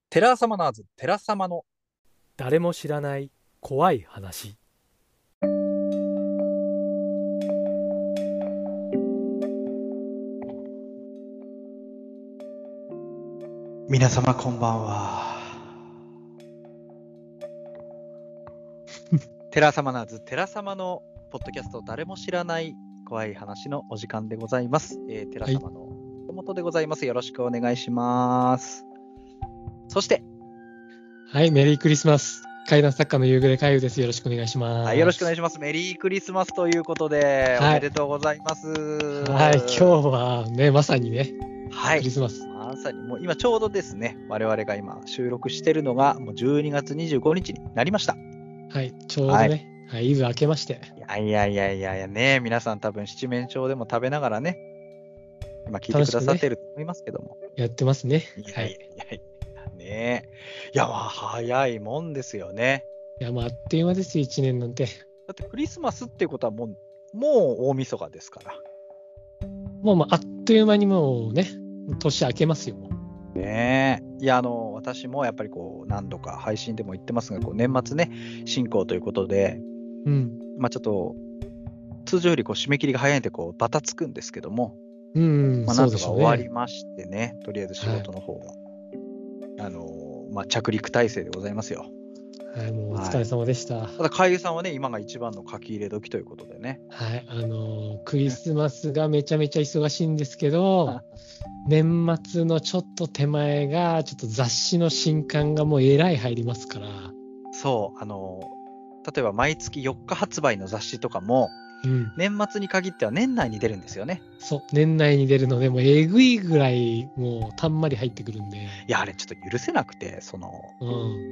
テラサマナーズ、テラ様の。 誰も知らない怖い話。 皆様こんばんは。テラサマナーズ、テラ様のポッドキャスト、誰も知らない怖い話のお時間でございます。テラはい。 様の元でございます。よろしくお願いします。そして、 はい、メリークリスマス。怪談作家の夕暮れ海遊です。よろしくお願いします。 はい、よろしくお願いします。メリークリスマスということで、おはい。 めでとうございます。 はい、今日はね、まさにね、 はい。 クリスマス。 まさにもう今ちょうどですね、我々が今収録しているのがもう12月25日になりました。 はい、ちょうはい。 どね、はい、イブ明けまして。 いやね、皆さん多分七面鳥でも食べながらね、今聞いてくだ楽しくね、 さってると思いますけども。 やってますね。 いやいやいはい。 やいや、ね。いや、まあ早いもんですよね。 いや、まあ、あっという間ですよ、1年なんて。 だってクリスマスっていうことはもう大晦日ですから。 もう、まあ、あっという間にもうね、年明けますよ、もねえ。いや、私もやっぱりこう、何度か配信でも言ってますが、こう年末ね、進行ということで、 う。うん。 まあちょっと、通常よりこう締め切りが早いんで、こう、バタつくんですけども、 うん、 まあなんとかそうでしょうね。 終わりましてね、とりあえず仕はい。 事の方は。まあ着陸体制でございますよ。 はい、もうお疲はい。 れ様でした。 ただ、海遊さんはね、今が一番の書き入れ時ということでね。 はい、クリスマスがめちゃめちゃ忙しいんですけど、年末のちょっと手前が、ちょっと雑誌の新刊がもうえらい入りますから、 そう、例えば毎月4日発売の雑誌とかも、 うん。 年末に限っては年内に出るんですよね。 そう、年内に出るので、もうえぐいぐらい、もうたんまり入ってくるんで、 いや、あれちょっと許せなくて、 うん。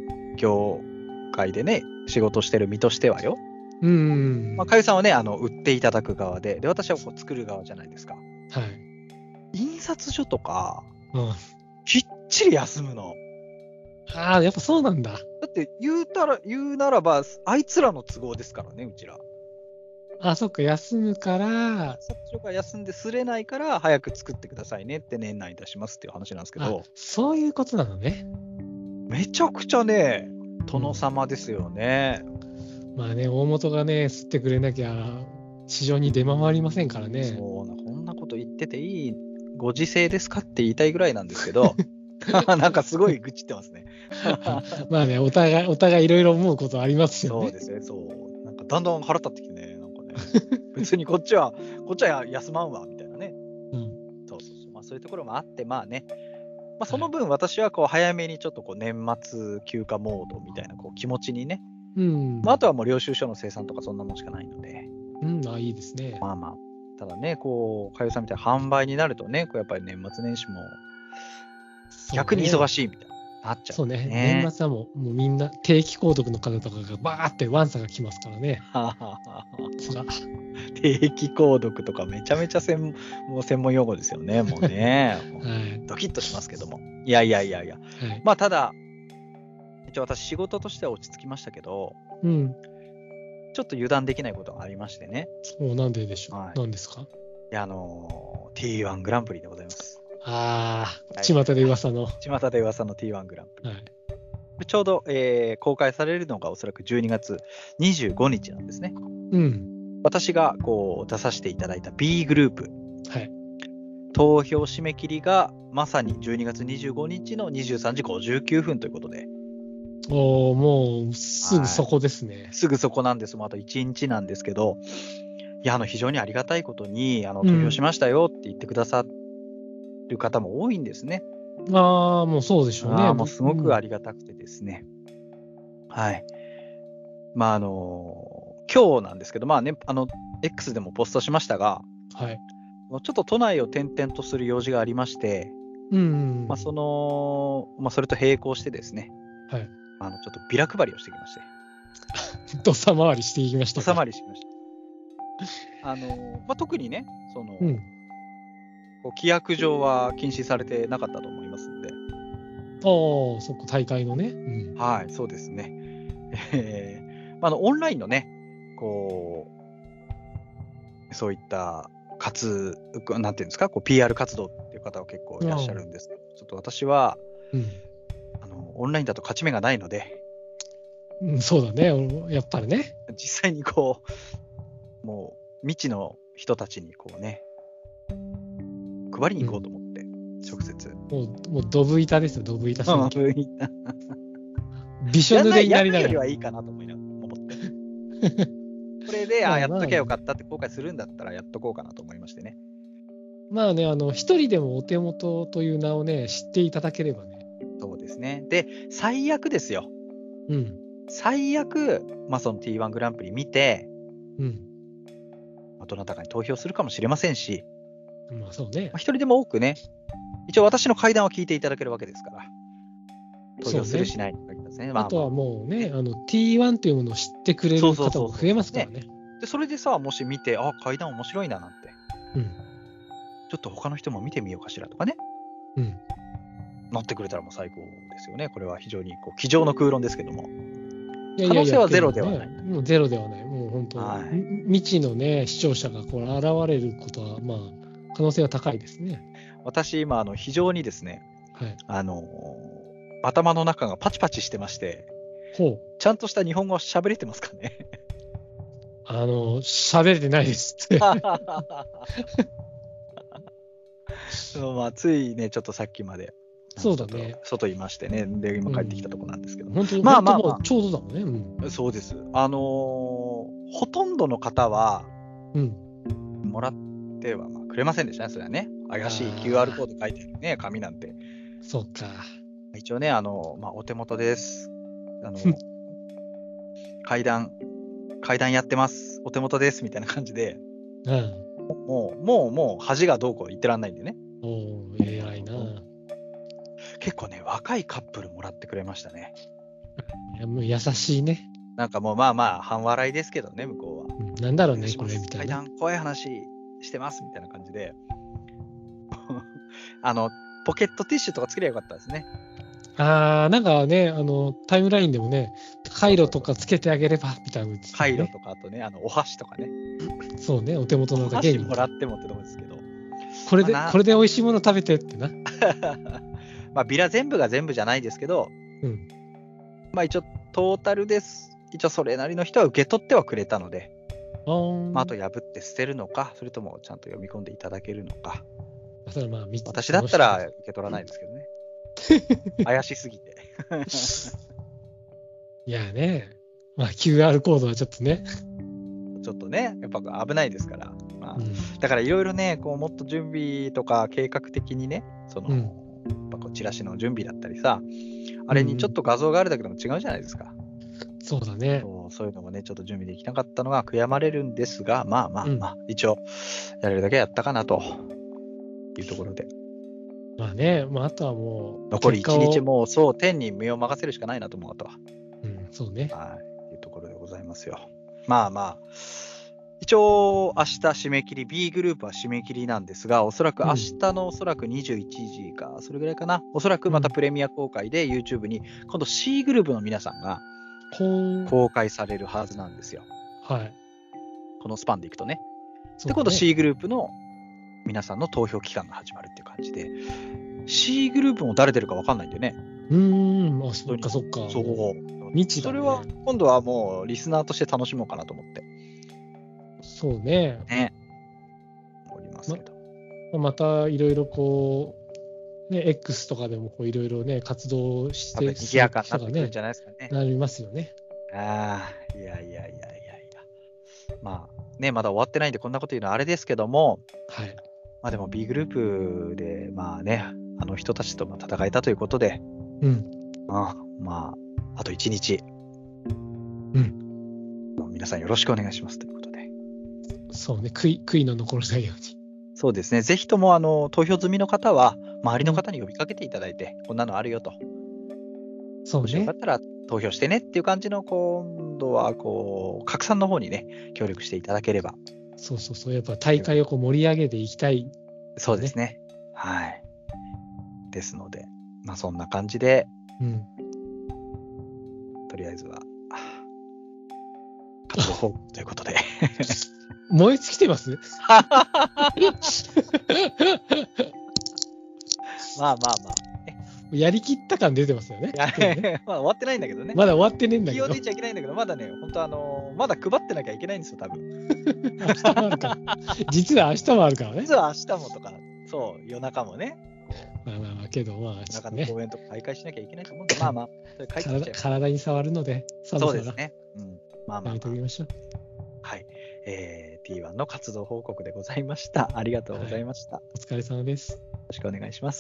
業界でね、仕事してる身としてはよ。 うまあ、 ん。 かゆさんはね、売っていただく側で、私はこう作る側じゃないですか。 はい。 印刷所とか、 うん。 きっちり休むの。 ああ、やっぱそうなんだ。 だって言うならば、あいつらの都合ですからね、うちら。 あ、そっか、休むか印ら、 刷所が休んですれないから、早く作ってくださいねって年内に出しますっていう話なんですけあ、 ど、 そういうことなのね。 めちゃくちゃね、殿うん。 様ですよね。 まあね、大元がね、吸ってくれなきゃ、市場に出回りませんからね。 そうな、こんなこと言ってていいご時世ですかって言いたいぐらいなんですけど、なんかすごい愚痴ってますね。 まあね、お互いいろいろ思うことありますよね。 そうですね、そう。なんかだんだん腹立ってきてね、なんかね、別にこっちは休まんわ、みたいなね。 うん。 そう。まあそういうところもあって、まあね、まあそはい。 の分私はこう早めにちょっとこう年末休暇モードみたいなこう気持ちにね、 うん。 まああとはもう領収書の生産とかそんなもんしかないので、 うん、あ、いいですね。 まあまあ、ただね、こう、かゆさんみたいな販売になるとね、こうやっぱり年末年始も逆に忙そうね。 しいみたいになっちゃうんでそうね。年ね。 末はもうみんな定期購読の方とかがバーってワンサが来ますからね。つら。 定期購読とかめちゃめちゃもう専門用語ですよね、もうね。もうはい。 ドキッとしますけども。いや。 はい。 まあただ、一応私仕事としては落ち着きましたけど、 うん。 ちょっと油断できないことがありましてね。 なんででしょう。 はい。 何ですか？ いや、T1 グランプリでございます。 ああー、 はい。 巷で噂の。 巷で噂の T1 グランプリ。 はい。 ちょうど、公開されるのがおそらく12月25日なんですね。 うん。 私がこう出させていただいた B グループ、 はい。 投票締め切りがまさに12月25日の23時59分ということで、 もうすぐはい。 そこですね。 すぐそこなんです。もうあと1日なんですけど、いや、非常にありがたいことに、投票しうん。 ましたよって言ってくださる方も多いんですね。 ああ、もうそうでしょうね。 もうすごくありがたくてですね。はい。まあ、今日なんですけど、まあね、X でもポストしましたが、 はい。 ちょっと都内を転々とする用事がありまして、 うん。 まあ、それと並行してですね、 はい。 ちょっとビラ配りをしてきまして、 土佐回りしていきましおさたか？ まりしました。まあ、特にね、 うん。 こう規約上は禁止されてなかったと思いますんで、 ああ、そっか、大会のね。うん。 はい、そうですね。まあ、オンラインのね、こそういったなんていうんですか、こう PR 活動っていう方は結構いらっしゃああ、 るんですけど、ちょっと私は、 うん。 オンラインだと勝ち目がないので、 うん、そうだね。やっぱりね。 実際にこう、もう未知の人たちにこうね、配りに行こうと思って、直接。 もうドブ板ですよ、ドブ板選挙。 やびしょ濡れになりながら。 やるよりはいいかなと思って。これで、やっときゃよかったって後悔するんだったらやっとこうかなと思いましてね。 まあね、一人でもお手元という名をね、知っていただければね。 そうですね。で、最悪ですよ。 うん。 最悪、その T1 グランプリ見て、 うん。 どなたかに投票するかもしれませんし、 まあそうね。 一人でも多くね、一応私の会談を聞いていただけるわけですから、投票するしないに限りますね。 あとはもうね、T1 というものを知ってくれる方も増えますからね。 で、それでさ、もし見て、会談面白いななんて、 うん。 ちょっと他の人も見てみようかしらとかね、 うん。 なってくれたらもう最高ですよね。これは非常に机上の空論ですけども。 可能性はゼロではない。 もうゼロではない。もう本当、未知のね、視聴者がこれ現れることは、まあ、可能性は高いですね。 私、今、非常にですね、 はい、 頭の中がパチパチしてまして、ちゃんとした日本語喋れてますかね。 喋れてないですって。 ついね、ちょっとさっきまで。 そうだね。 外いましてね。で、今帰ってきたとこなんですけど。 本当もうちょうどだもんね。 うん、そうです。ほとんどの方は、もらってはくれませんでしたね、それはね。怪しい QR コード書いてあるね、紙なんて。 そうか。 一応ね、お手元です。階段やってます。お手元です。みたいな感じで。もう恥がどうこう言ってらんないんでね。 偉いな。 結構ね、若いカップルもらってくれましたね。 もう優しいね。 なんかもう半笑いですけどね、向こうは。 なんだろうね、これみたいな。 階段怖い話してますみたいな感じで。ポケットティッシュとかつければよかったですね。 なんかね、タイムラインでもね、カイロとかつけてあげればみたいな、 カイロとか、あとね、お箸とかね。 そうね、お手元のだけに。 お箸もらってもってとこですけど。 これで美味しいもの食べてってな。 ビラ全部が全部じゃないですけど、一応トータルです。一応それなりの人は受け取ってはくれたので、あと破って捨てるのか、それともちゃんと読み込んでいただけるのか。私だったら受け取らないですけどね。怪しすぎて。 いやね、QR コードはちょっとね。 ちょっとね、やっぱ危ないですから。だからいろいろね、もっと準備とか計画的にね、チラシの準備だったりさ、あれにちょっと画像があるだけでも違うじゃないですか。 そうだね。 そういうのもね、ちょっと準備できなかったのが悔やまれるんですが、一応、やれるだけやったかなというところで。 あとはもう、 残り1日も天に身を任せるしかないなと思うとは。 そうね。 いうところでございますよ。一応、明日締め切り、B グループは締め切りなんですが、おそらく明日のおそらく21時か、それぐらいかな。おそらくまたプレミア公開で YouTube に、今度 C グループの皆さんが公開されるはずなんですよ。このスパンでいくとね。で、今度 C グループの皆さんの投票期間が始まるっていう感じで、C グループも誰出るか分かんないんでね。 そっかそっか。 そう。 未知だね。 それは今度はもうリスナーとして楽しもうかなと思って。 そうね。 おりますけど。またいろいろX とかでもいろいろね、活動して賑やかになってくるんじゃないですかね。 なりますよね。 いや。まだ終わってないんでこんなこと言うのはあれですけども、でも B グループで、あの人たちとも戦えたということで、あと1日、皆さんよろしくお願いしますということで。 そうね、悔いの残らないように。 そうですね、ぜひとも投票済みの方は、周りの方に呼びかけていただいて、こんなのあるよと。 そうね。 もしよかったら投票してねっていう感じの、今度は拡散の方にね、協力していただければ。 そう。やっぱ大会を盛り上げていきたい、 そうですね。ですので、そんな感じで、とりあえずは、活動報告ということで。 燃え尽きてますやりきった感出てますよね。 いやねまあ終わってないんだけどね。 まだ終わってねえんだけど。 気を出ちゃいけないんだけど、まだね、本当まだ配ってなきゃいけないんですよ、多分。 明日もあるから。実は明日もあるからね。 実は明日もとか、そう、夜中もね、 まあまあまあ、けどまあ、ちょっとね、 中の公演とか開会しなきゃいけないと思うんで、まあまあ、それ書いてきちゃ体に触るので、 う。そそろそろうですね。うん。まあまやあまあ。 めておきましょう。 はい。T1 の活動報告でございました。ありがとうございました。よお疲れ様です。 ろしくお願いします。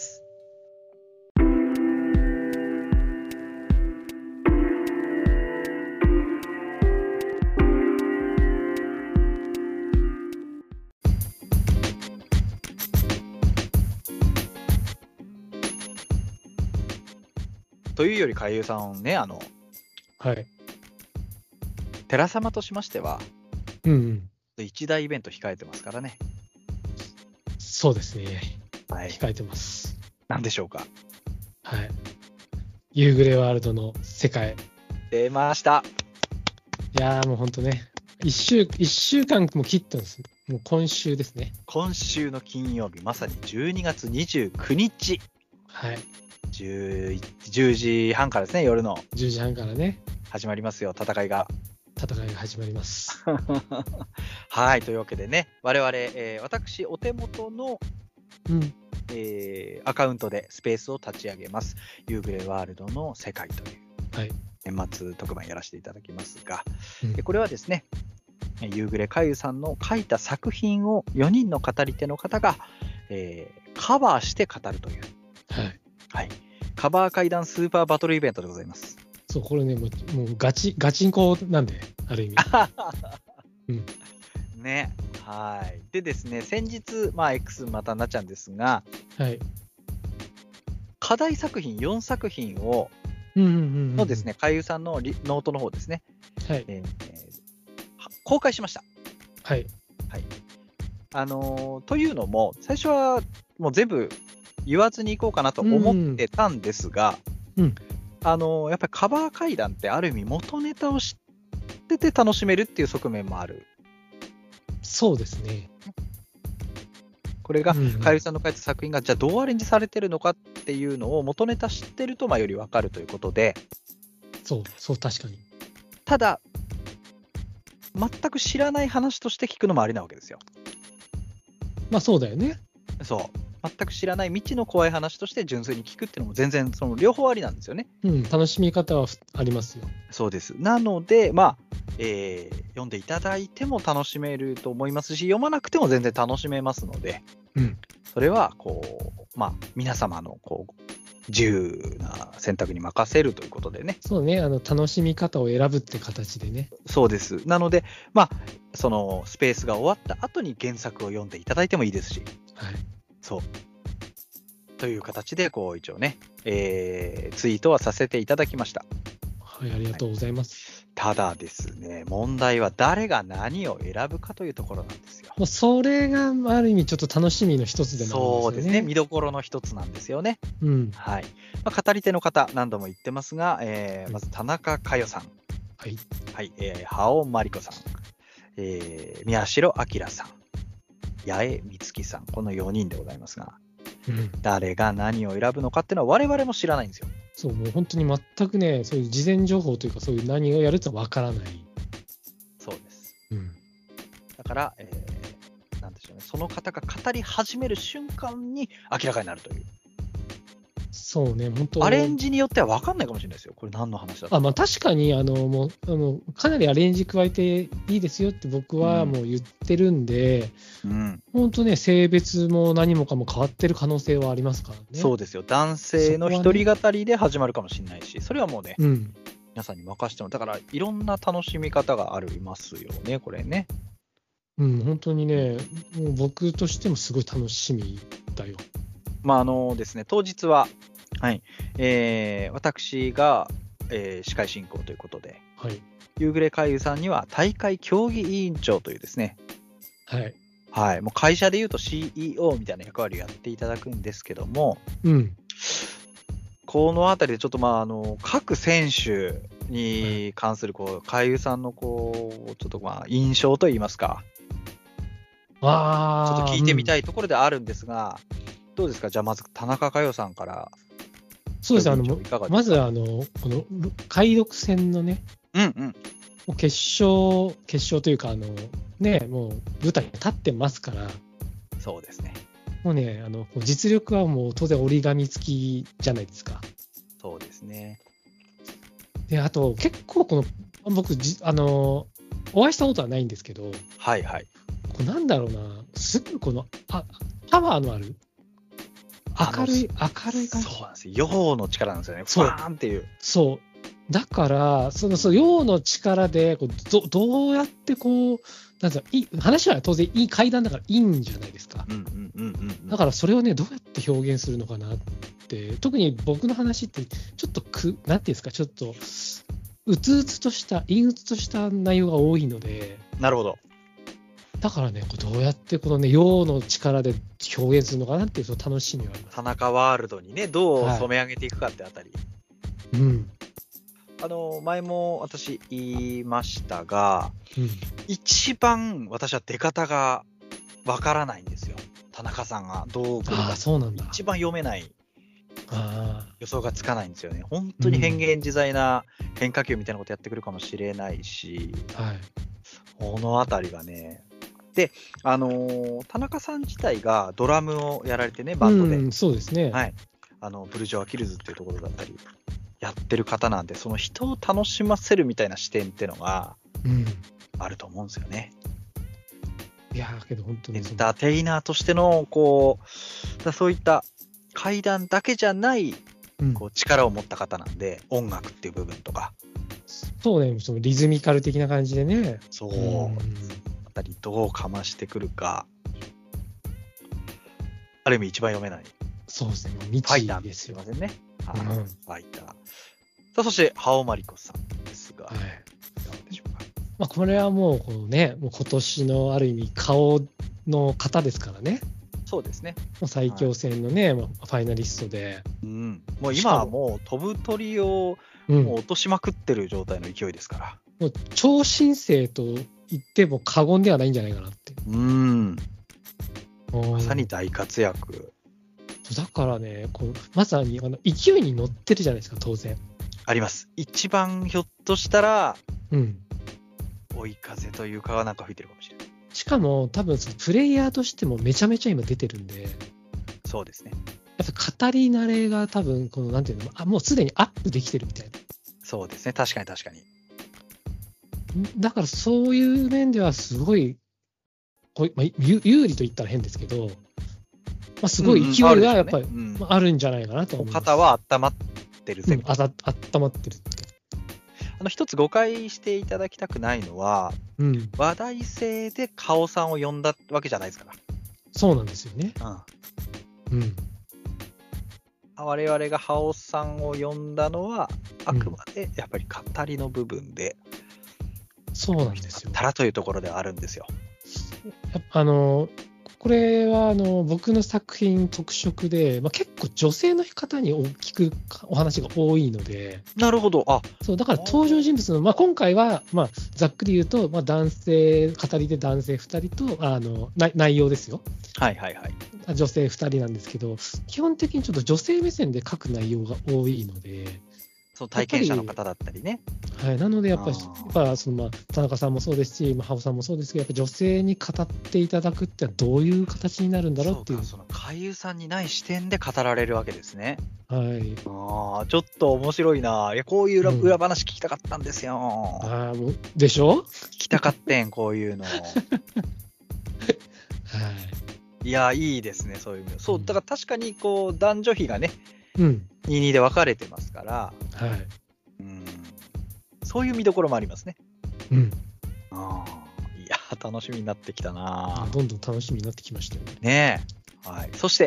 というより、海優さんね、 はい。 寺様としましては、 うんうん。 一大イベント控えてますからね。 そうですね。 はい。 控えてます。 何でしょうか。 はい。夕暮れワールドの世界。 出ました。 いやーもうほんとね、一週間も切ってます。もう今週ですね。 今週の金曜日、まさに12月29日、 はい。 10時半からですね、夜の 10時半からね、 始まりますよ、戦いが。 戦いが始まります。 はい、というわけでね、我々、私、お手元の、 うん。 アカウントでスペースを立ち上げます。夕暮れワールドの世界というはい。 年末特番やらせていただきますが、 うんこれはですね、夕暮れかゆさんの書いた作品を4人の語り手の方が、カバーして語るという、 はい。 はい、カバー怪談スーパーバトルイベントでございます。 そう、これね、もうガチンコなんで、ある意味。うん。 ね、はい。でですね、先日、まあ、X またなっちゃうんですが、 はい。 課題作品4作品を、 うんうんうんうん。 のですね、海優さんのノートの方ですね、 はい。 公開しました。 はい。 はい。というのも、最初はもう全部言わずにいこうかなと思ってたんですが、 うん。 やっぱりカバー怪談ってある意味元ネタを知ってて楽しめるっていう側面もある。 そうですね。 これがうんうん海優さんの書いた作品がじゃあどうアレンジされてるのかっていうのを元ネタ知ってるとより分かるということで、 そう、確かに。 ただ全く知らない話として聞くのもありなわけですよ。 まあそうだよね。 そう。全く知らない未知の怖い話として純粋に聞くっていうのも全然その両方ありなんですよね。 うん、楽しみ方はありますよ。 そうです。なので、まあ、読んでいただいても楽しめると思いますし、読まなくても全然楽しめますので、 うん。 それはこう、まあ、皆様のこう自由な選択に任せるということでね。 そうね、楽しみ方を選ぶって形でね。 そうです。なので、まあ、そのスペースが終わった後に原作を読んでいただいてもいいですし、 はい。 そう。という形で、こう、一応ね、ツイートはさせていただきました。 はい、ありがとうございます。 ただですね、問題は誰が何を選ぶかというところなんですよ。 もうそれがある意味ちょっと楽しみの一つでもあるんですよね。 そうですね、見どころの一つなんですよね。 うん。 はい。まあ、語り手の方、何度も言ってますが、まず田中佳代さん、 はい。 はい、羽尾真理子さん、宮代明さん、八重美月さん、この4人でございますが、 うん。 誰が何を選ぶのかっていうのは我々も知らないんですよ。 そう、もう本当に全くね、そういう事前情報というか、そういう何をやるってわからない。 そうです。 うん。 だから、なんでしょうね、その方が語り始める瞬間に明らかになるという。 そうね、本当アレンジによっては分かんないかもしれないですよ。これ何の話だと。 まあ確かに、もう、かなりアレンジ加えていいですよって僕はもう言ってるんで、本当ね、性別も何もかも変わってる可能性はありますからね。 そうですよ。男性の一人語りで始まるかもしれないし、それはもうね、皆さんに任せても、だからいろんな楽しみ方がありますよね、これね。 うん、本当にね、もう僕としてもすごい楽しみだよ。 まあですね、当日は、はい、私が、司会進行ということで、 はい、 夕暮れ海遊さんには大会協議委員長というですね、 はいはい、もう会社でいうと CEO みたいな役割をやっていただくんですけども、 うん、 このあたりでちょっと各選手に関する海遊さんのちょっと印象といいますか、ちょっと聞いてみたいところであるんですが、どうですか？じゃあまず田中佳代さんから。 そうです、 いかがですか？ まずこの海陸戦のね、 うんうん。 もう決勝というか、ね、もう舞台に立ってますから、 そうですね。 もうね、実力はもう当然折り紙付きじゃないですか。 そうですね。 で、あと、結構僕お会いしたことはないんですけど、 はいはい。 なんだろうな、すぐパワーのある、明るい感じ。 そうなんですよ。陽の力なんですよね。 そうバーンっていう。 そう。だから、陽の力でどうやってなんていうの話は当然いい階段だからいいんじゃないですか。 うんうんうんうんうん。 だからそれをね、どうやって表現するのかなって、特に僕の話って、ちょっとなんていうんですか、ちょっと、陰鬱とした内容が多いので、 なるほど。 だからね、どうやって陽の力で表現するのかなっていう楽しみがあります。 田中ワールドにね、どうはい染め上げていくかってあたり。 うん。 前も私言いましたが、 うん。 一番私は出方がわからないんですよ。田中さんがどう来るか。 そうなんだ。 一番読めない。 あ予想がつかないんですよね。本当に変幻自在な変化球みたいなことやってくるかもしれないし、 はい。 このあたりがね。で、田中さん自体がドラムをやられてね、バンドで。 そうですね。 はい。ブルジョア・キルズっていうところだったり、やってる方なんで、その人を楽しませるみたいな視点っていうのがあると思うんですよね。 いやけど本当にエンターテイナーとしての、そういった怪談だけじゃない、力を持った方なんで、音楽っていう部分とか。 そうね、そのリズミカル的な感じでね。 そう。あたりどうかましてくるか。ある意味一番読めない。 そうですね、未知ですよ。 ファイターですいませんね。ファイター。さあ、そして、ハオマリコさんですが、いかがでしょうか。 これはもうもう今年のある意味顔の方ですからね。 そうですね。 最強戦のね、ファイナリストで。 もう今はもう飛ぶ鳥をもう落としまくってる状態の勢いですから。 もう超新星と言っても過言ではないんじゃないかなって。 まさに大活躍。 だからね、まさに勢いに乗ってるじゃないですか、当然。 あります。一番ひょっとしたら、追い風というかはなんか吹いてるかもしれない。 しかも多分プレイヤーとしてもめちゃめちゃ今出てるんで。 そうですね。 やっぱ語り慣れが多分なんていうの、もうすでにアップできてるみたいな。 そうですね。確かに確かに。 だからそういう面ではすごい、有利と言ったら変ですけど、すごい勢いがやっぱりあるんじゃないかなと思います。 肩は温まってるぜ。 温まってるって。 一つ誤解していただきたくないのは、話題性でカオさんを呼んだわけじゃないですから。 そうなんですよね。 我々がハオさんを呼んだのは、あくまでやっぱり語りの部分で、 そうなんですよ。 たらというところではあるんですよ。 これは僕の作品特色で、結構女性の方に聞くお話が多いので。 なるほど。 そうだから登場人物の、今回は、ざっくり言うと、男性語りで男性2人と内容ですよ。 はいはいはい。 女性2人なんですけど、基本的にちょっと女性目線で書く内容が多いので。 そう体験者の方だったりね。 はい、なのでやっぱり田中さんもそうですし、ハオさんもそうですけど、やっぱ女性に語っていただくってどういう形になるんだろうっていう。 その俳優さんにない視点で語られるわけですね。 はい。 ちょっと面白いな。いや、こういう裏話聞きたかったんですよ。 もうでしょ？ 聞きたかってん、こういうの。はい。いや、いいですね、そういうの。そう、だから確かに男女比がね、2で分かれてますから、そういう見どころもありますね。いや、楽しみになってきたな。 どんどん楽しみになってきましたよね。 ねえ。はい。そして、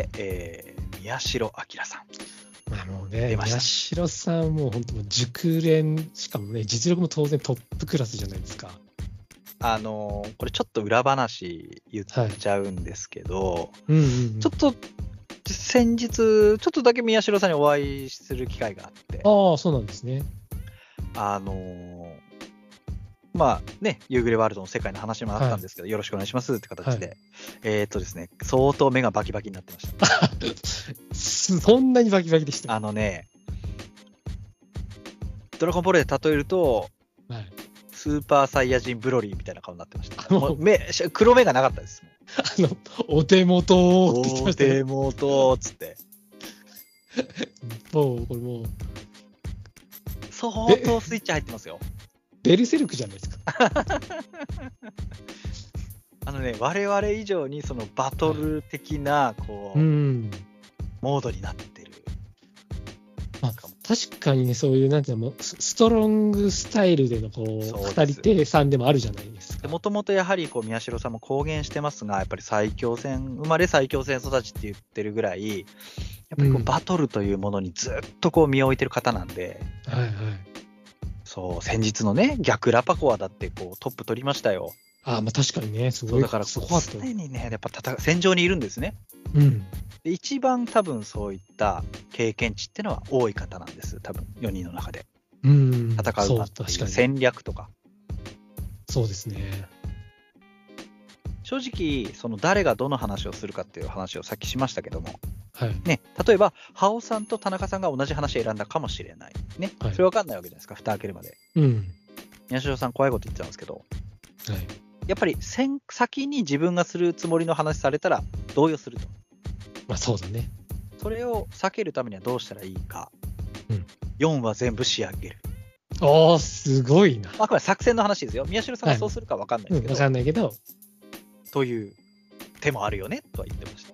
宮代明さん。 もうね、宮代さんも本当熟練、しかもね、実力も当然トップクラスじゃないですか。 これちょっと裏話言っちゃうんですけど、ちょっと先日、ちょっとだけ宮代さんにお会いする機会があって。 そうなんですね。 夕暮れワールドの世界の話もあったんですけど、よろしくお願いしますって形で、ですね、相当目がバキバキになってました。 そんなにバキバキでした。 ドラゴンボールで例えると、 はい。 スーパーサイヤ人ブロリーみたいな顔になってました。もう黒目がなかったです。 お手元って言ってまおしたね。 手元っつって。 もう、これもう、 相当スイッチ入ってますよ。 ベルセルクじゃないですか。 我々以上にそのバトル的な、こう、モードになってる。 確かにね、そういう、なんていうの、ストロングスタイルでの、こう、語り手さんでもあるじゃないですか。 もともとやはり、宮代さんも公言してますが、やっぱり最強戦、生まれ最強戦育ちって言ってるぐらい、やっぱりバトルというものにずっと身を置いてる方なんで、 はいはい。 そう、先日のね、逆ラパコアだってトップ取りましたよ。 まあ確かにね、すごい。 そうだから、常にね、やっぱ戦場にいるんですね。で一番多分そういった経験値っていうのは多い方なんです。多分4人の中で。戦うっていう戦略とか。 そうですね。 正直、誰がどの話をするかっていう話をさっきしましたけども、 はいね、例えば、羽尾さんと田中さんが同じ話を選んだかもしれない。ね、はい、それ分かんないわけじゃないですか、蓋開けるまで。宮代さん、怖いこと言ってたんですけど、 はい、 やっぱり先に自分がするつもりの話されたら動揺すると。 まあそうだね。 それを避けるためにはどうしたらいいか。4は全部仕上げる。 すごいな。 これ作戦の話ですよ。宮代さんがそうするか分かんないですけど。 分かんないけど。 という手もあるよねとは言ってました。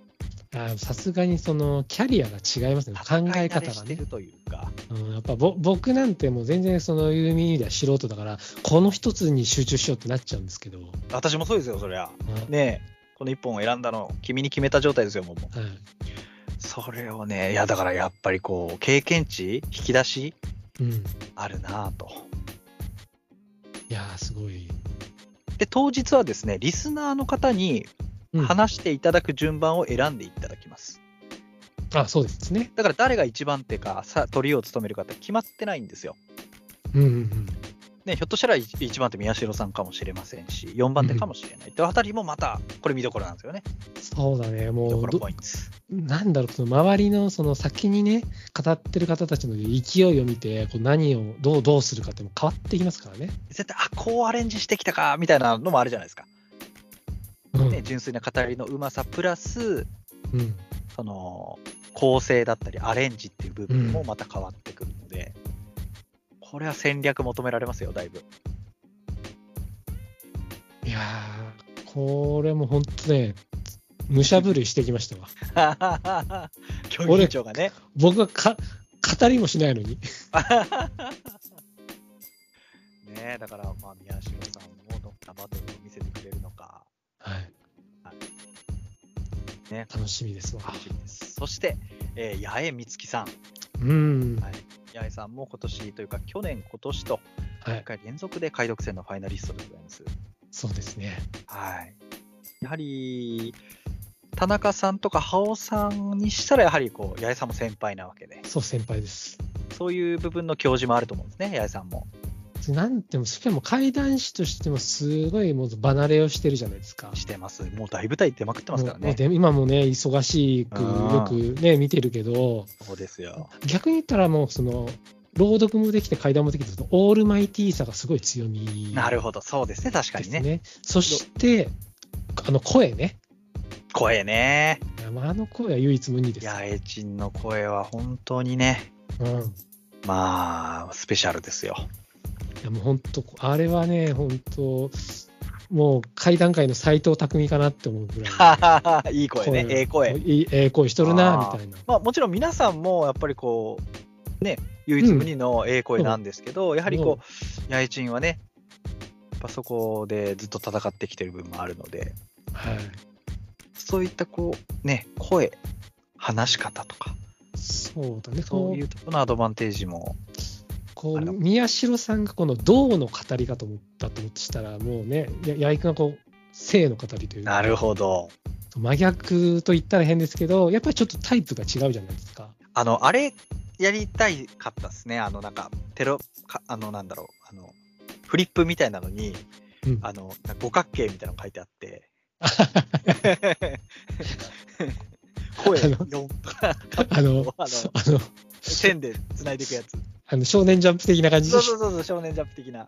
さすがにキャリアが違いますね。考え方がね。 というか。 やっぱ僕なんてもう全然そういう意味では素人だから、この一つに集中しようってなっちゃうんですけど。 私もそうですよ、そりゃ。ねえ、この一本を選んだの、君に決めた状態ですよ、もう。それをね、だからやっぱり経験値、引き出し、あるなぁと。 いやー、すごい。 で、当日はですね、リスナーの方に話していただく順番を選んでいただきます。 そうですね。 だから誰が一番手か、トリを務めるかって決まってないんですよ。ね、ひょっとしたら1番手宮代さんかもしれませんし、4番手かもしれない。ってあたりもまた、これ見どころなんですよね。 そうだね、もう、 見どころポイント。 なんだろう、周りの先にね、語ってる方たちの勢いを見て、何をどうするかっても変わってきますからね。 絶対、こうアレンジしてきたか、みたいなのもあるじゃないですか。ね、純粋な語りのうまさプラス、構成だったりアレンジっていう部分もまた変わってくるので、これは戦略求められますよ、だいぶ。 いやー、これも本当ね、武者震いしてきましたわ。 競技委員長がね。 僕は語りもしないのに。 ねえ、だから宮代さんもどんなバトルを見せてくれるのか。 はい。 ね、 楽しみですわ。 楽しみです。そして、八重美月さん。八重さんも今年というか去年今年と1回連続で解読戦のファイナリストでございます。 そうですね。 はい。やはり田中さんとか羽尾さんにしたらやはり八重さんも先輩なわけで。 そう、先輩です。 そういう部分の教授もあると思うんですね、八重さんも。 なんても、しかも怪談師としてもすごいもう離れをしてるじゃないですか。 してます。もう大舞台出まくってますからね。 今もね、忙しくよくね、見てるけど、 そうですよ。 逆に言ったらもう朗読もできて怪談もできて、オールマイティーさがすごい強み。 なるほど、そうですね、確かにね。 そして、声ね。 声ね。 声は唯一無二です。 八重鎮の声は本当にね、スペシャルですよ。 いやもう本当、あれはね、本当、もう怪談界の斎藤工かなって思うぐらい。いい声ね、ええ声。 ええ声しとるな、みたいな。 もちろん皆さんもやっぱりね、唯一無二のええ声なんですけど、やはり八重鎮はね、やっぱそこでずっと戦ってきてる部分もあるので、そういったね、声、話し方とか、 そうだね、 そういうところのアドバンテージも。 宮代さんが銅の語り方だとしたら、もうね、八重君が性の語りというか。 なるほど。 真逆と言ったら変ですけど、やっぱりちょっとタイプが違うじゃないですか。 あれ、やりたいかったですね。なんか、なんだろう、フリップみたいなのに、五角形みたいなの書いてあって、声4とか、線で繋いでいくやつ。 少年ジャンプ的な感じでしょ。 そうそうそうそう、少年ジャンプ的な。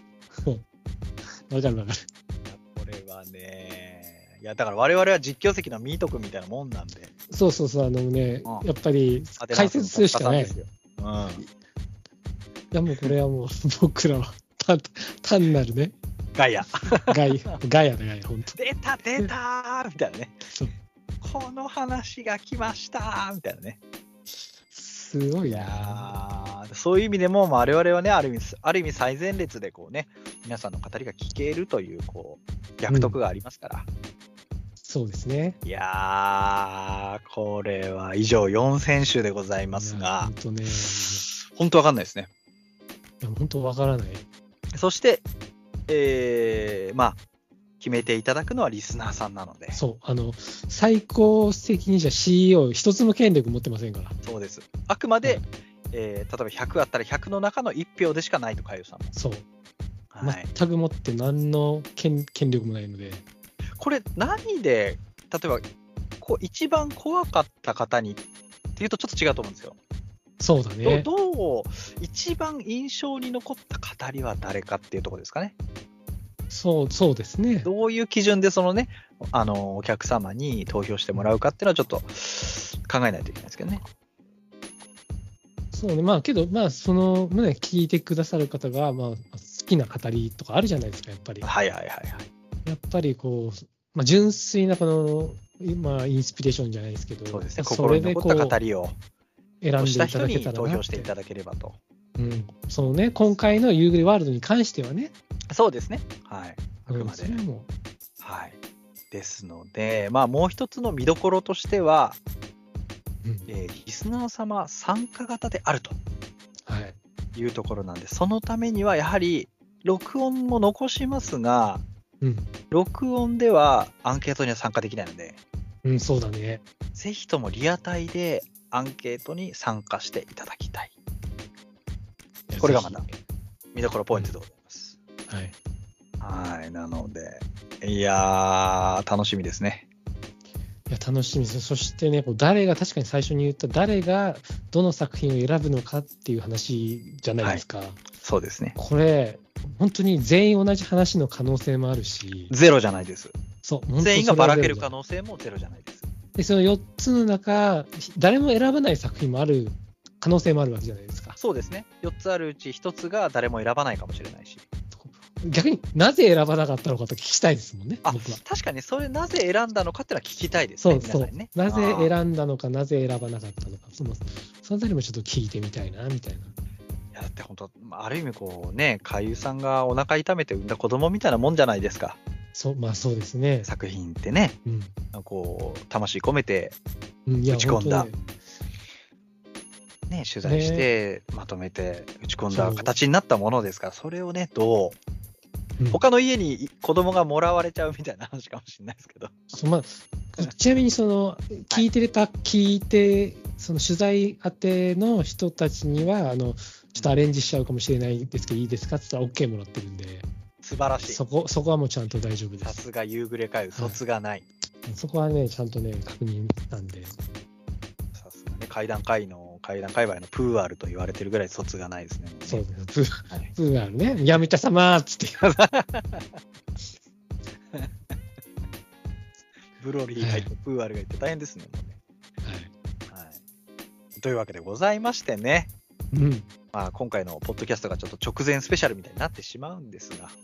わかるわかる。 これはね、いやだから我々は実況席のミート君みたいなもんなんで。 そうそうそう、やっぱり当て解説するしかない。いますよ。うん。 やもうこれはもう僕らは単なるね、 ガイア。 ガイアだガイア、本当。 出た出たーみたいなね。 そうこの話が来ましたーみたいなね。 すごいいな。 やそういう意味でも、まあ、我々はね、ある意味最前列でこうね、皆さんの語りが聞けるという、こう、役得がありますから。 そうですね。 いやー、これは以上4選手でございますが、 本当ね。 本当わかんないですね。 いや本当わからない。 そして、まあ、決めていただくのはリスナーさんなので。 そう、最高責任者 CEO 一つも権力持ってませんから。 そうです。あくまで、例えば100あったら100の中の1票でしかないと、かよさんも。 そう。 はい、 全くもって何の権力もないので。 これ何で、例えば一番怖かった方にっていうとちょっと違うと思うんですよ。 そうだね。 どう一番印象に残った語りは誰かっていうところですかね。 そうですね。 どういう基準でそのね、お客様に投票してもらうかっていうのはちょっと考えないといけないですけどね。 そうね、まあけど、まあそのね、聞いてくださる方が、まあ好きな語りとかあるじゃないですか、やっぱり。 はいはいはいはい。 やっぱりこう、まあ、純粋なこの、まあ、インスピレーションじゃないですけど、 そうですね、心に残った語りを選んでいただした人にけたらな投票していただければと。 うん、そのね、今回のユーグレワールドに関してはね。 そうですね。はい。あくまで。 それはもはい。ですので、まあもう一つの見どころとしては、リスナー様参加型であるというところなんで、そのためにはやはり録音も残しますが、録音ではアンケートには参加できないので、 そうだね。 ぜひともリアタイでアンケートに参加していただきたい。これがまた見どころポイントでございます。はい。なので、いやー、楽しみですね。 いや、楽しみです。そしてね、誰が、確かに最初に言った誰がどの作品を選ぶのかっていう話じゃないですか。 そうですね。 これ、本当に全員同じ話の可能性もあるし。 ゼロじゃないです。 そう、 全員がばらける可能性もゼロじゃないです。 で、その4つの中、誰も選ばない作品もある可能性もあるわけじゃないですか。 そうですね。4つあるうち1つが誰も選ばないかもしれないし。 逆になぜ選ばなかったのかと聞きたいですもんね、僕は。 確かにそれなぜ選んだのかっていうのは聞きたいですね。 そう、 ね、 なぜ選んだのか、なぜ選ばなかったのか、そのあたりもちょっと聞いてみたいな、みたいな。 いや、だって本当、ある意味こうね、海優さんがお腹痛めて産んだ子供みたいなもんじゃないですか。 まあそうですね。 作品ってね、こう、魂込めて打ち込んだ。ね、取材してまとめて打ち込んだ形になったものですから、それをね、どう、他の家に子供がもらわれちゃうみたいな話かもしれないですけど。 ちなみに聞いて、その取材宛ての人たちには、ちょっとアレンジしちゃうかもしれないですけど、いいですかって言ったら OK もらってるんで。 素晴らしい。 そこはもうちゃんと大丈夫です。 さすが夕暮れかゆ、卒がない。 そこはね、ちゃんとね、確認なんで。 さすがね、怪談界隈のプーアルと言われてるぐらい卒がないですね。 そうです。プーアルね。やめたさまーっつって。 ブロリーがいて、プーアルがいて大変ですね。もうね。というわけでございましてね。まあ、今回のポッドキャストがちょっと直前スペシャルみたいになってしまうんですが。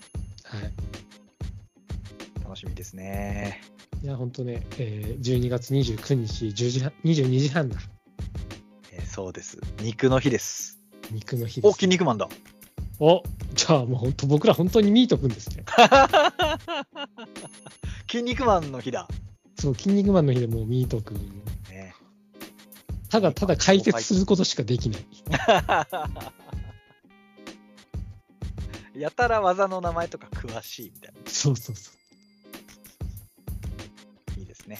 楽しみですね。 いや、本当ね、12月29日22時半だ。 そうです。肉の日です。 肉の日です。 筋肉マンだ。 じゃあもう本当僕ら本当にミートくんですね。 筋肉マンの日だ。 そう、筋肉マンの日でもうミートくん。ただ解説することしかできない。 やたら技の名前とか詳しいみたいな。 そう。 いいですね。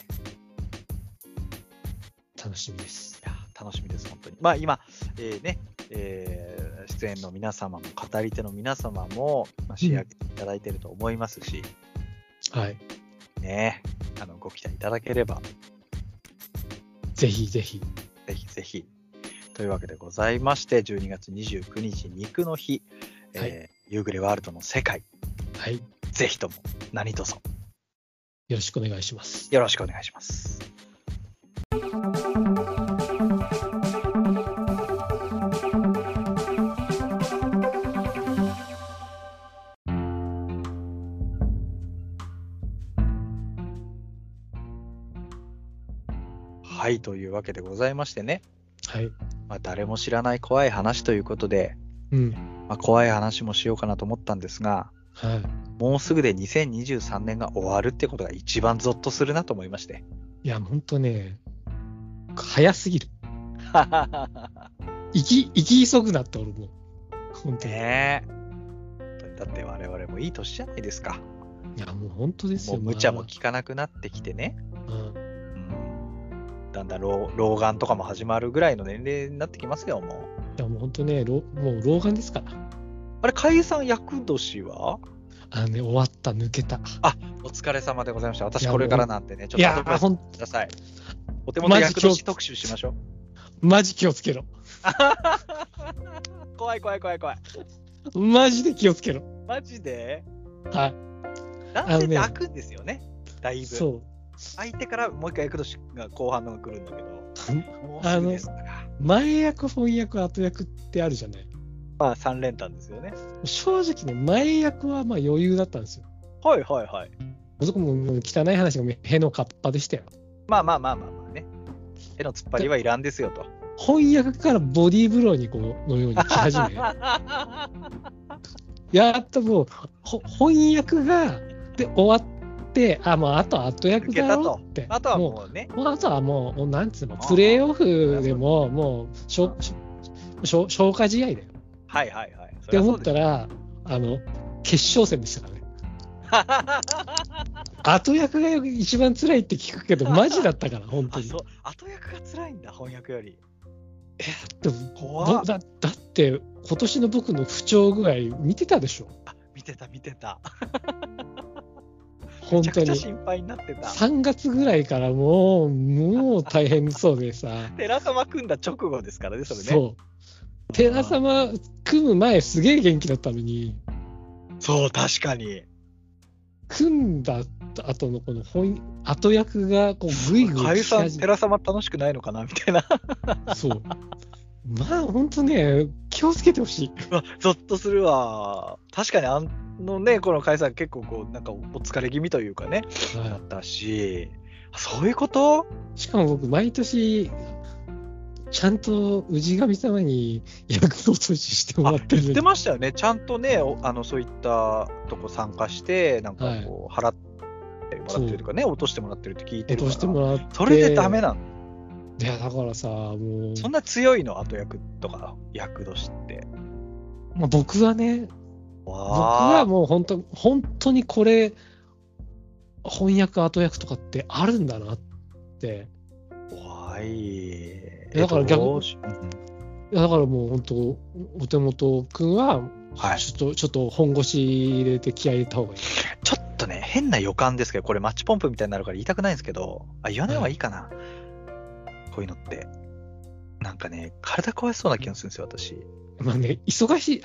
楽しみです。 いや、楽しみです、本当に。まあ今、出演の皆様も語り手の皆様も、仕上げていただいていると思いますし、ね、ご期待いただければ。 ぜひ。 というわけでございまして、12月29日肉の日、夕暮れワールドの世界、 はい。 ぜひとも何卒よろしくお願いします。 よろしくお願いします。はい、というわけでございましてね、 はい。 誰も知らない怖い話ということで、怖い話もしようかなと思ったんですが、 はい。 もうすぐで2023年が終わるってことが一番ゾッとするなと思いまして。 いや、ほんとね、早すぎる。生き急ぐなって俺も。本当に。 ねえ。だって我々もいい年じゃないですか。 いや、もう本当ですよ。 もう無茶も効かなくなってきてね。だんだん老眼とかも始まるぐらいの年齢になってきますよ、もう。 いや、もう本当ね、もう老眼ですから。 あれ、海さん厄年は？ 終わった、抜けた。 お疲れ様でございました。私これからなんでね、ちょっとアドバイスください。お手元厄年特集しましょう。マジ気をつけろ。 怖い。 マジで気をつけろ。 マジで？ はい。 男性って開くんですよね、だいぶ。 そう。 相手からもう一回厄年が後半のが来るんだけど。もうすぐですから。 前役、翻訳、後役ってあるじゃない。 3連単ですよね。 正直ね、前役は余裕だったんですよ。 はい。 僕も汚い話がへのかっぱでしたよ。 まあね。への突っ張りはいらんですよと。 翻訳からボディーブローにのように来始め。やっともう、翻訳が、で、終わって、あと後役だろって。 あとはもうね。 あとはもう、なんつうの、プレーオフでも、もう、消化試合だよ。 はい。 って思ったら、決勝戦でしたからね。後役が一番辛いって聞くけど、マジだったから、本当に。 後役が辛いんだ、翻訳より。 でもだって今年の僕の不調具合見てたでしょ。 見てた。 本当にめちゃくちゃ心配になってた。 3月ぐらいからもう大変そうでさ。 寺様組んだ直後ですからね、それね。 そう。寺様組む前すげえ元気だったのに。 そう、確かに。 組んだ後のこの後役がこうグイグイ解散、寺様楽しくないのかなみたいな。 そう。本当ね、気をつけてほしい。 ゾッとするわ。確かにこの解散結構なんかお疲れ気味というかね、だったし、そういうこと？ しかも僕毎年ちゃんと氏神様に役落とししてもらってる。 言ってましたよね。ちゃんとね、そういったとこ参加して、なんか払ってもらってるとかね、落としてもらってるって聞いてるから。 落としてもらって。 それでダメなの？ いや、だからさ、もう。 そんな強いの？後役とか、役年って。 僕はね、僕はもう本当にこれ、翻訳、後役とかってあるんだなって。 怖い。 だからだからもう本当、お手元くんは、ちょっと本腰入れて気合い入れた方がいい。 ちょっとね、変な予感ですけど、これマッチポンプみたいになるから言いたくないんですけど、言わない方がいいかな。こういうのって。なんかね、体壊しそうな気がするんですよ、私。 忙しい、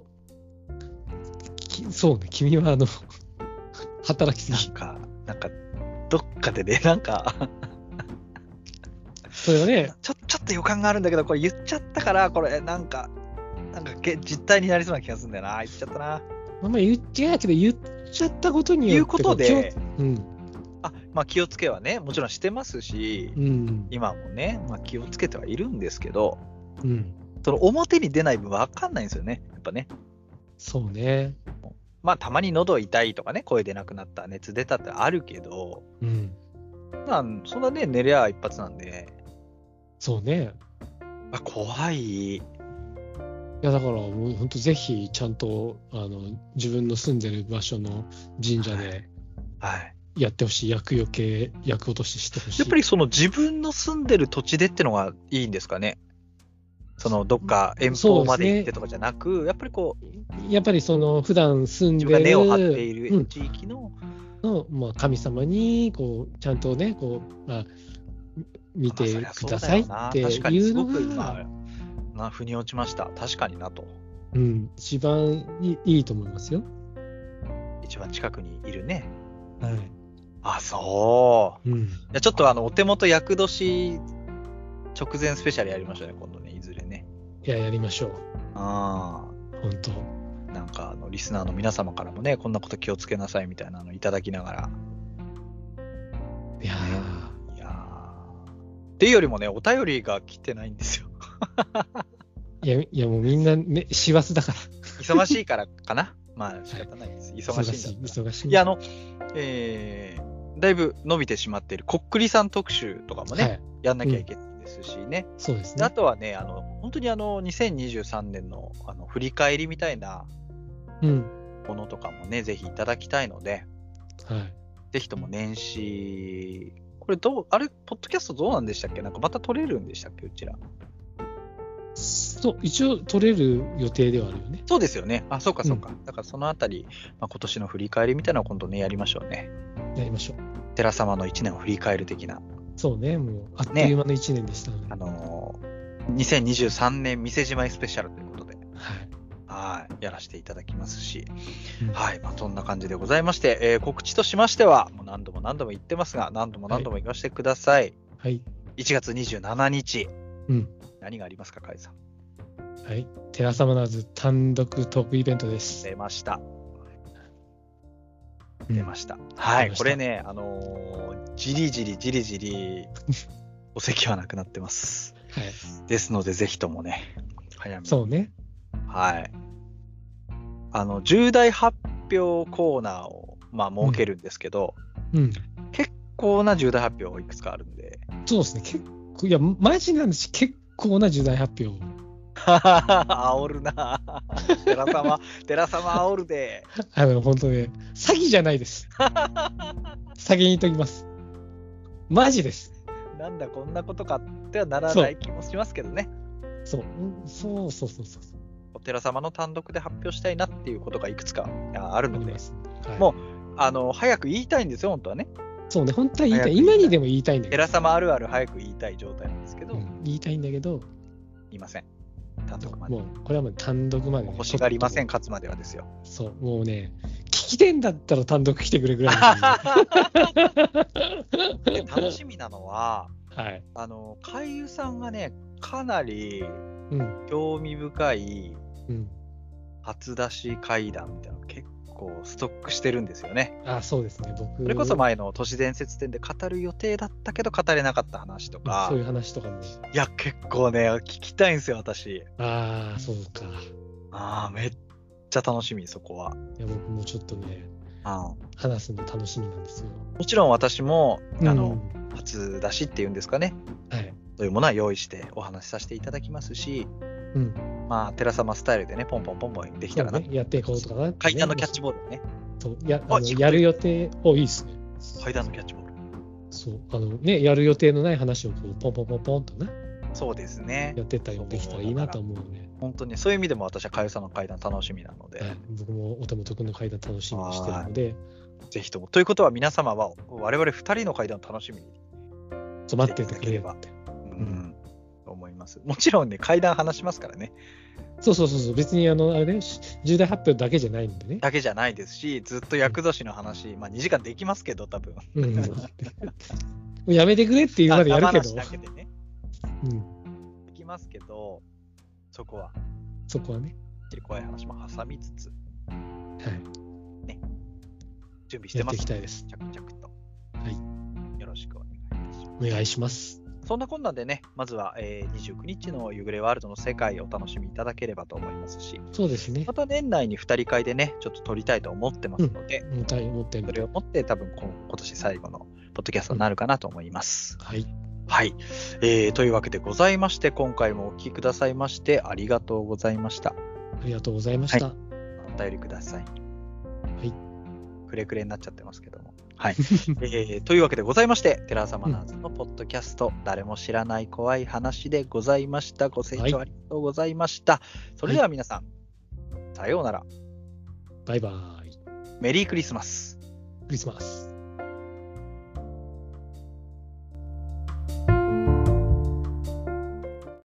そうね、君は働きすぎ。 なんか、どっかでね、なんかそれはね、 ちょっと予感があるんだけど、これ言っちゃったから、これなんか実態になりそうな気がするんだよな。言っちゃったな。 言っちゃったことによって。 言うことで、気をつけはね、もちろんしてますし、今もね、気をつけてはいるんですけど、その表に出ない分分かんないんですよね、やっぱね。 そうね。 たまに喉痛いとかね、声出なくなった、熱出たってあるけど、そんなね、寝りゃ一発なんで。 そうね。 怖い。 いや、だからもう本当ぜひちゃんと自分の住んでる場所の神社でやってほしい。厄除け、厄落とししてほしい。 やっぱりその自分の住んでる土地でってのがいいんですかね。そのどっか遠方まで行ってとかじゃなく、やっぱりその普段住んでる自分が根を張っている地域の、 神様にちゃんとね見てくださいっていうのが腑に落ちました。確かになと。 うん。一番いいと思いますよ。 一番近くにいるね。 はい。 あ、そう。 うん。 いやちょっとお手元厄年直前スペシャルやりましょうね、今度ね、いずれね。 いや、やりましょう。 あ本当。 あ。なんかリスナーの皆様からもね、こんなこと気をつけなさいみたいなのいただきながら。 いやいやっていうよりもね、お便りが来てないんですよ。 いやもうみんな師走だから。 忙しいからかな。まあ仕方ないです。忙しいんだったら。 忙しい。 いや、だいぶ伸びてしまっているこっくりさん特集とかもね、やんなきゃいけないですしね。 そうですね。 あとはね、本当に2023年の振り返りみたいなものとかもね、ぜひいただきたいので、 はい。 ぜひとも年始、これあれ、ポッドキャストどうなんでしたっけ？なんかまた撮れるんでしたっけ、うちら。 そう、一応撮れる予定ではあるよね。 そうですよね。あ、そうかそうか。だからそのあたり、今年の振り返りみたいなのを今度ね、やりましょうね。 やりましょう。 寺様の1年を振り返る的な。 そうね、もう、あっという間の1年でしたので。 2023年店じまいスペシャルということで、 はい。 やらせていただきますし、はい。まあ、そんな感じでございまして、告知としましては、もう何度も言ってますが、何度も言わせてください。 はい。 1月27日。何がありますか、カイさん。 はい。テラサマナーズ単独トークイベントです。 出ました。はい。これね、じりじり、お席はなくなってます。 はい。 ですので、ぜひともね、早めに。 そうね。 はい。重大発表コーナーを、設けるんですけど、結構な重大発表いくつかあるんで。 そうですね。結構、いや、マジなんです。結構な重大発表。 煽るな寺様煽るで。 本当ね、詐欺じゃないです。先に言っときます。マジです。 なんだこんなことかってはならない気もしますけどね。 そう。 お寺様の単独で発表したいなっていうことがいくつかあるので、 はい、 もう早く言いたいんですよ、本当はね。 そうね、本当は言いたい。今にでも言いたいんだけど。 寺様あるある早く言いたい状態なんですけど、 言いたいんだけど、 言いません。単独まで。 もうこれはもう単独まで、 欲しがりません、勝つまではですよ。 そう、もうね、聞きてんだったら単独来てくれぐらいで楽しみなのは、 はい、 海遊さんがね、かなり興味深い初出し怪談みたいなの結構ストックしてるんですよね。 そうですね。僕それこそ前の都市伝説展で語る予定だったけど語れなかった話とか、 そういう話とかも。 いや結構ね聞きたいんですよ私。 そうか。 めっちゃ楽しみそこは。 いや僕もちょっとね、話すの楽しみなんですよ。 もちろん私も初出しっていうんですかね。はい。そういうものは用意してお話しさせていただきますし。寺様スタイルでね、ポンポンできたらな、 やっていこうとかな、 階段のキャッチボールね。 やる予定、いいですね。 階段のキャッチボール。 そう、やる予定のない話をこうポンポンとね。 そうですね。 やってったりもできたらいいなと思うね。 本当に、そういう意味でも私はかゆさんの階段楽しみなので。 僕もお手元くんの階段楽しみにしてるので。 ぜひとも。ということは皆様は我々2人の階段を楽しみに。 待っててくれればって。 思います。もちろんね、階段話しますからね。 そう。別にあれね、重大発表だけじゃないんでね。 だけじゃないですし、ずっと厄年の話、2時間できますけど、多分。 やめてくれっていうまでやるけど。 だけでね。できますけど、そこはね、怖い話も挟みつつ、ね、準備してます。 やっていきたいです。 着々と。 はい。 よろしくお願いいたします。 お願いします。 そんなこんなでね、まずは、29日の夕暮れワールドの世界をお楽しみいただければと思いますし、 そうですね。 また年内に2人会でね、ちょっと撮りたいと思ってますので、 それをもって多分今年最後のポッドキャストになるかなと思います。 はい。 はい、というわけでございまして、今回もお聞きくださいましてありがとうございました。 ありがとうございました。 お便りください。 はい。 くれくれになっちゃってますけども。はい。というわけでございまして、テラサマナーズのポッドキャスト、誰も知らない怖い話でございました。ご清聴ありがとうございました。それでは皆さん、さようなら。 バイバイ。 メリークリスマス。 クリスマス。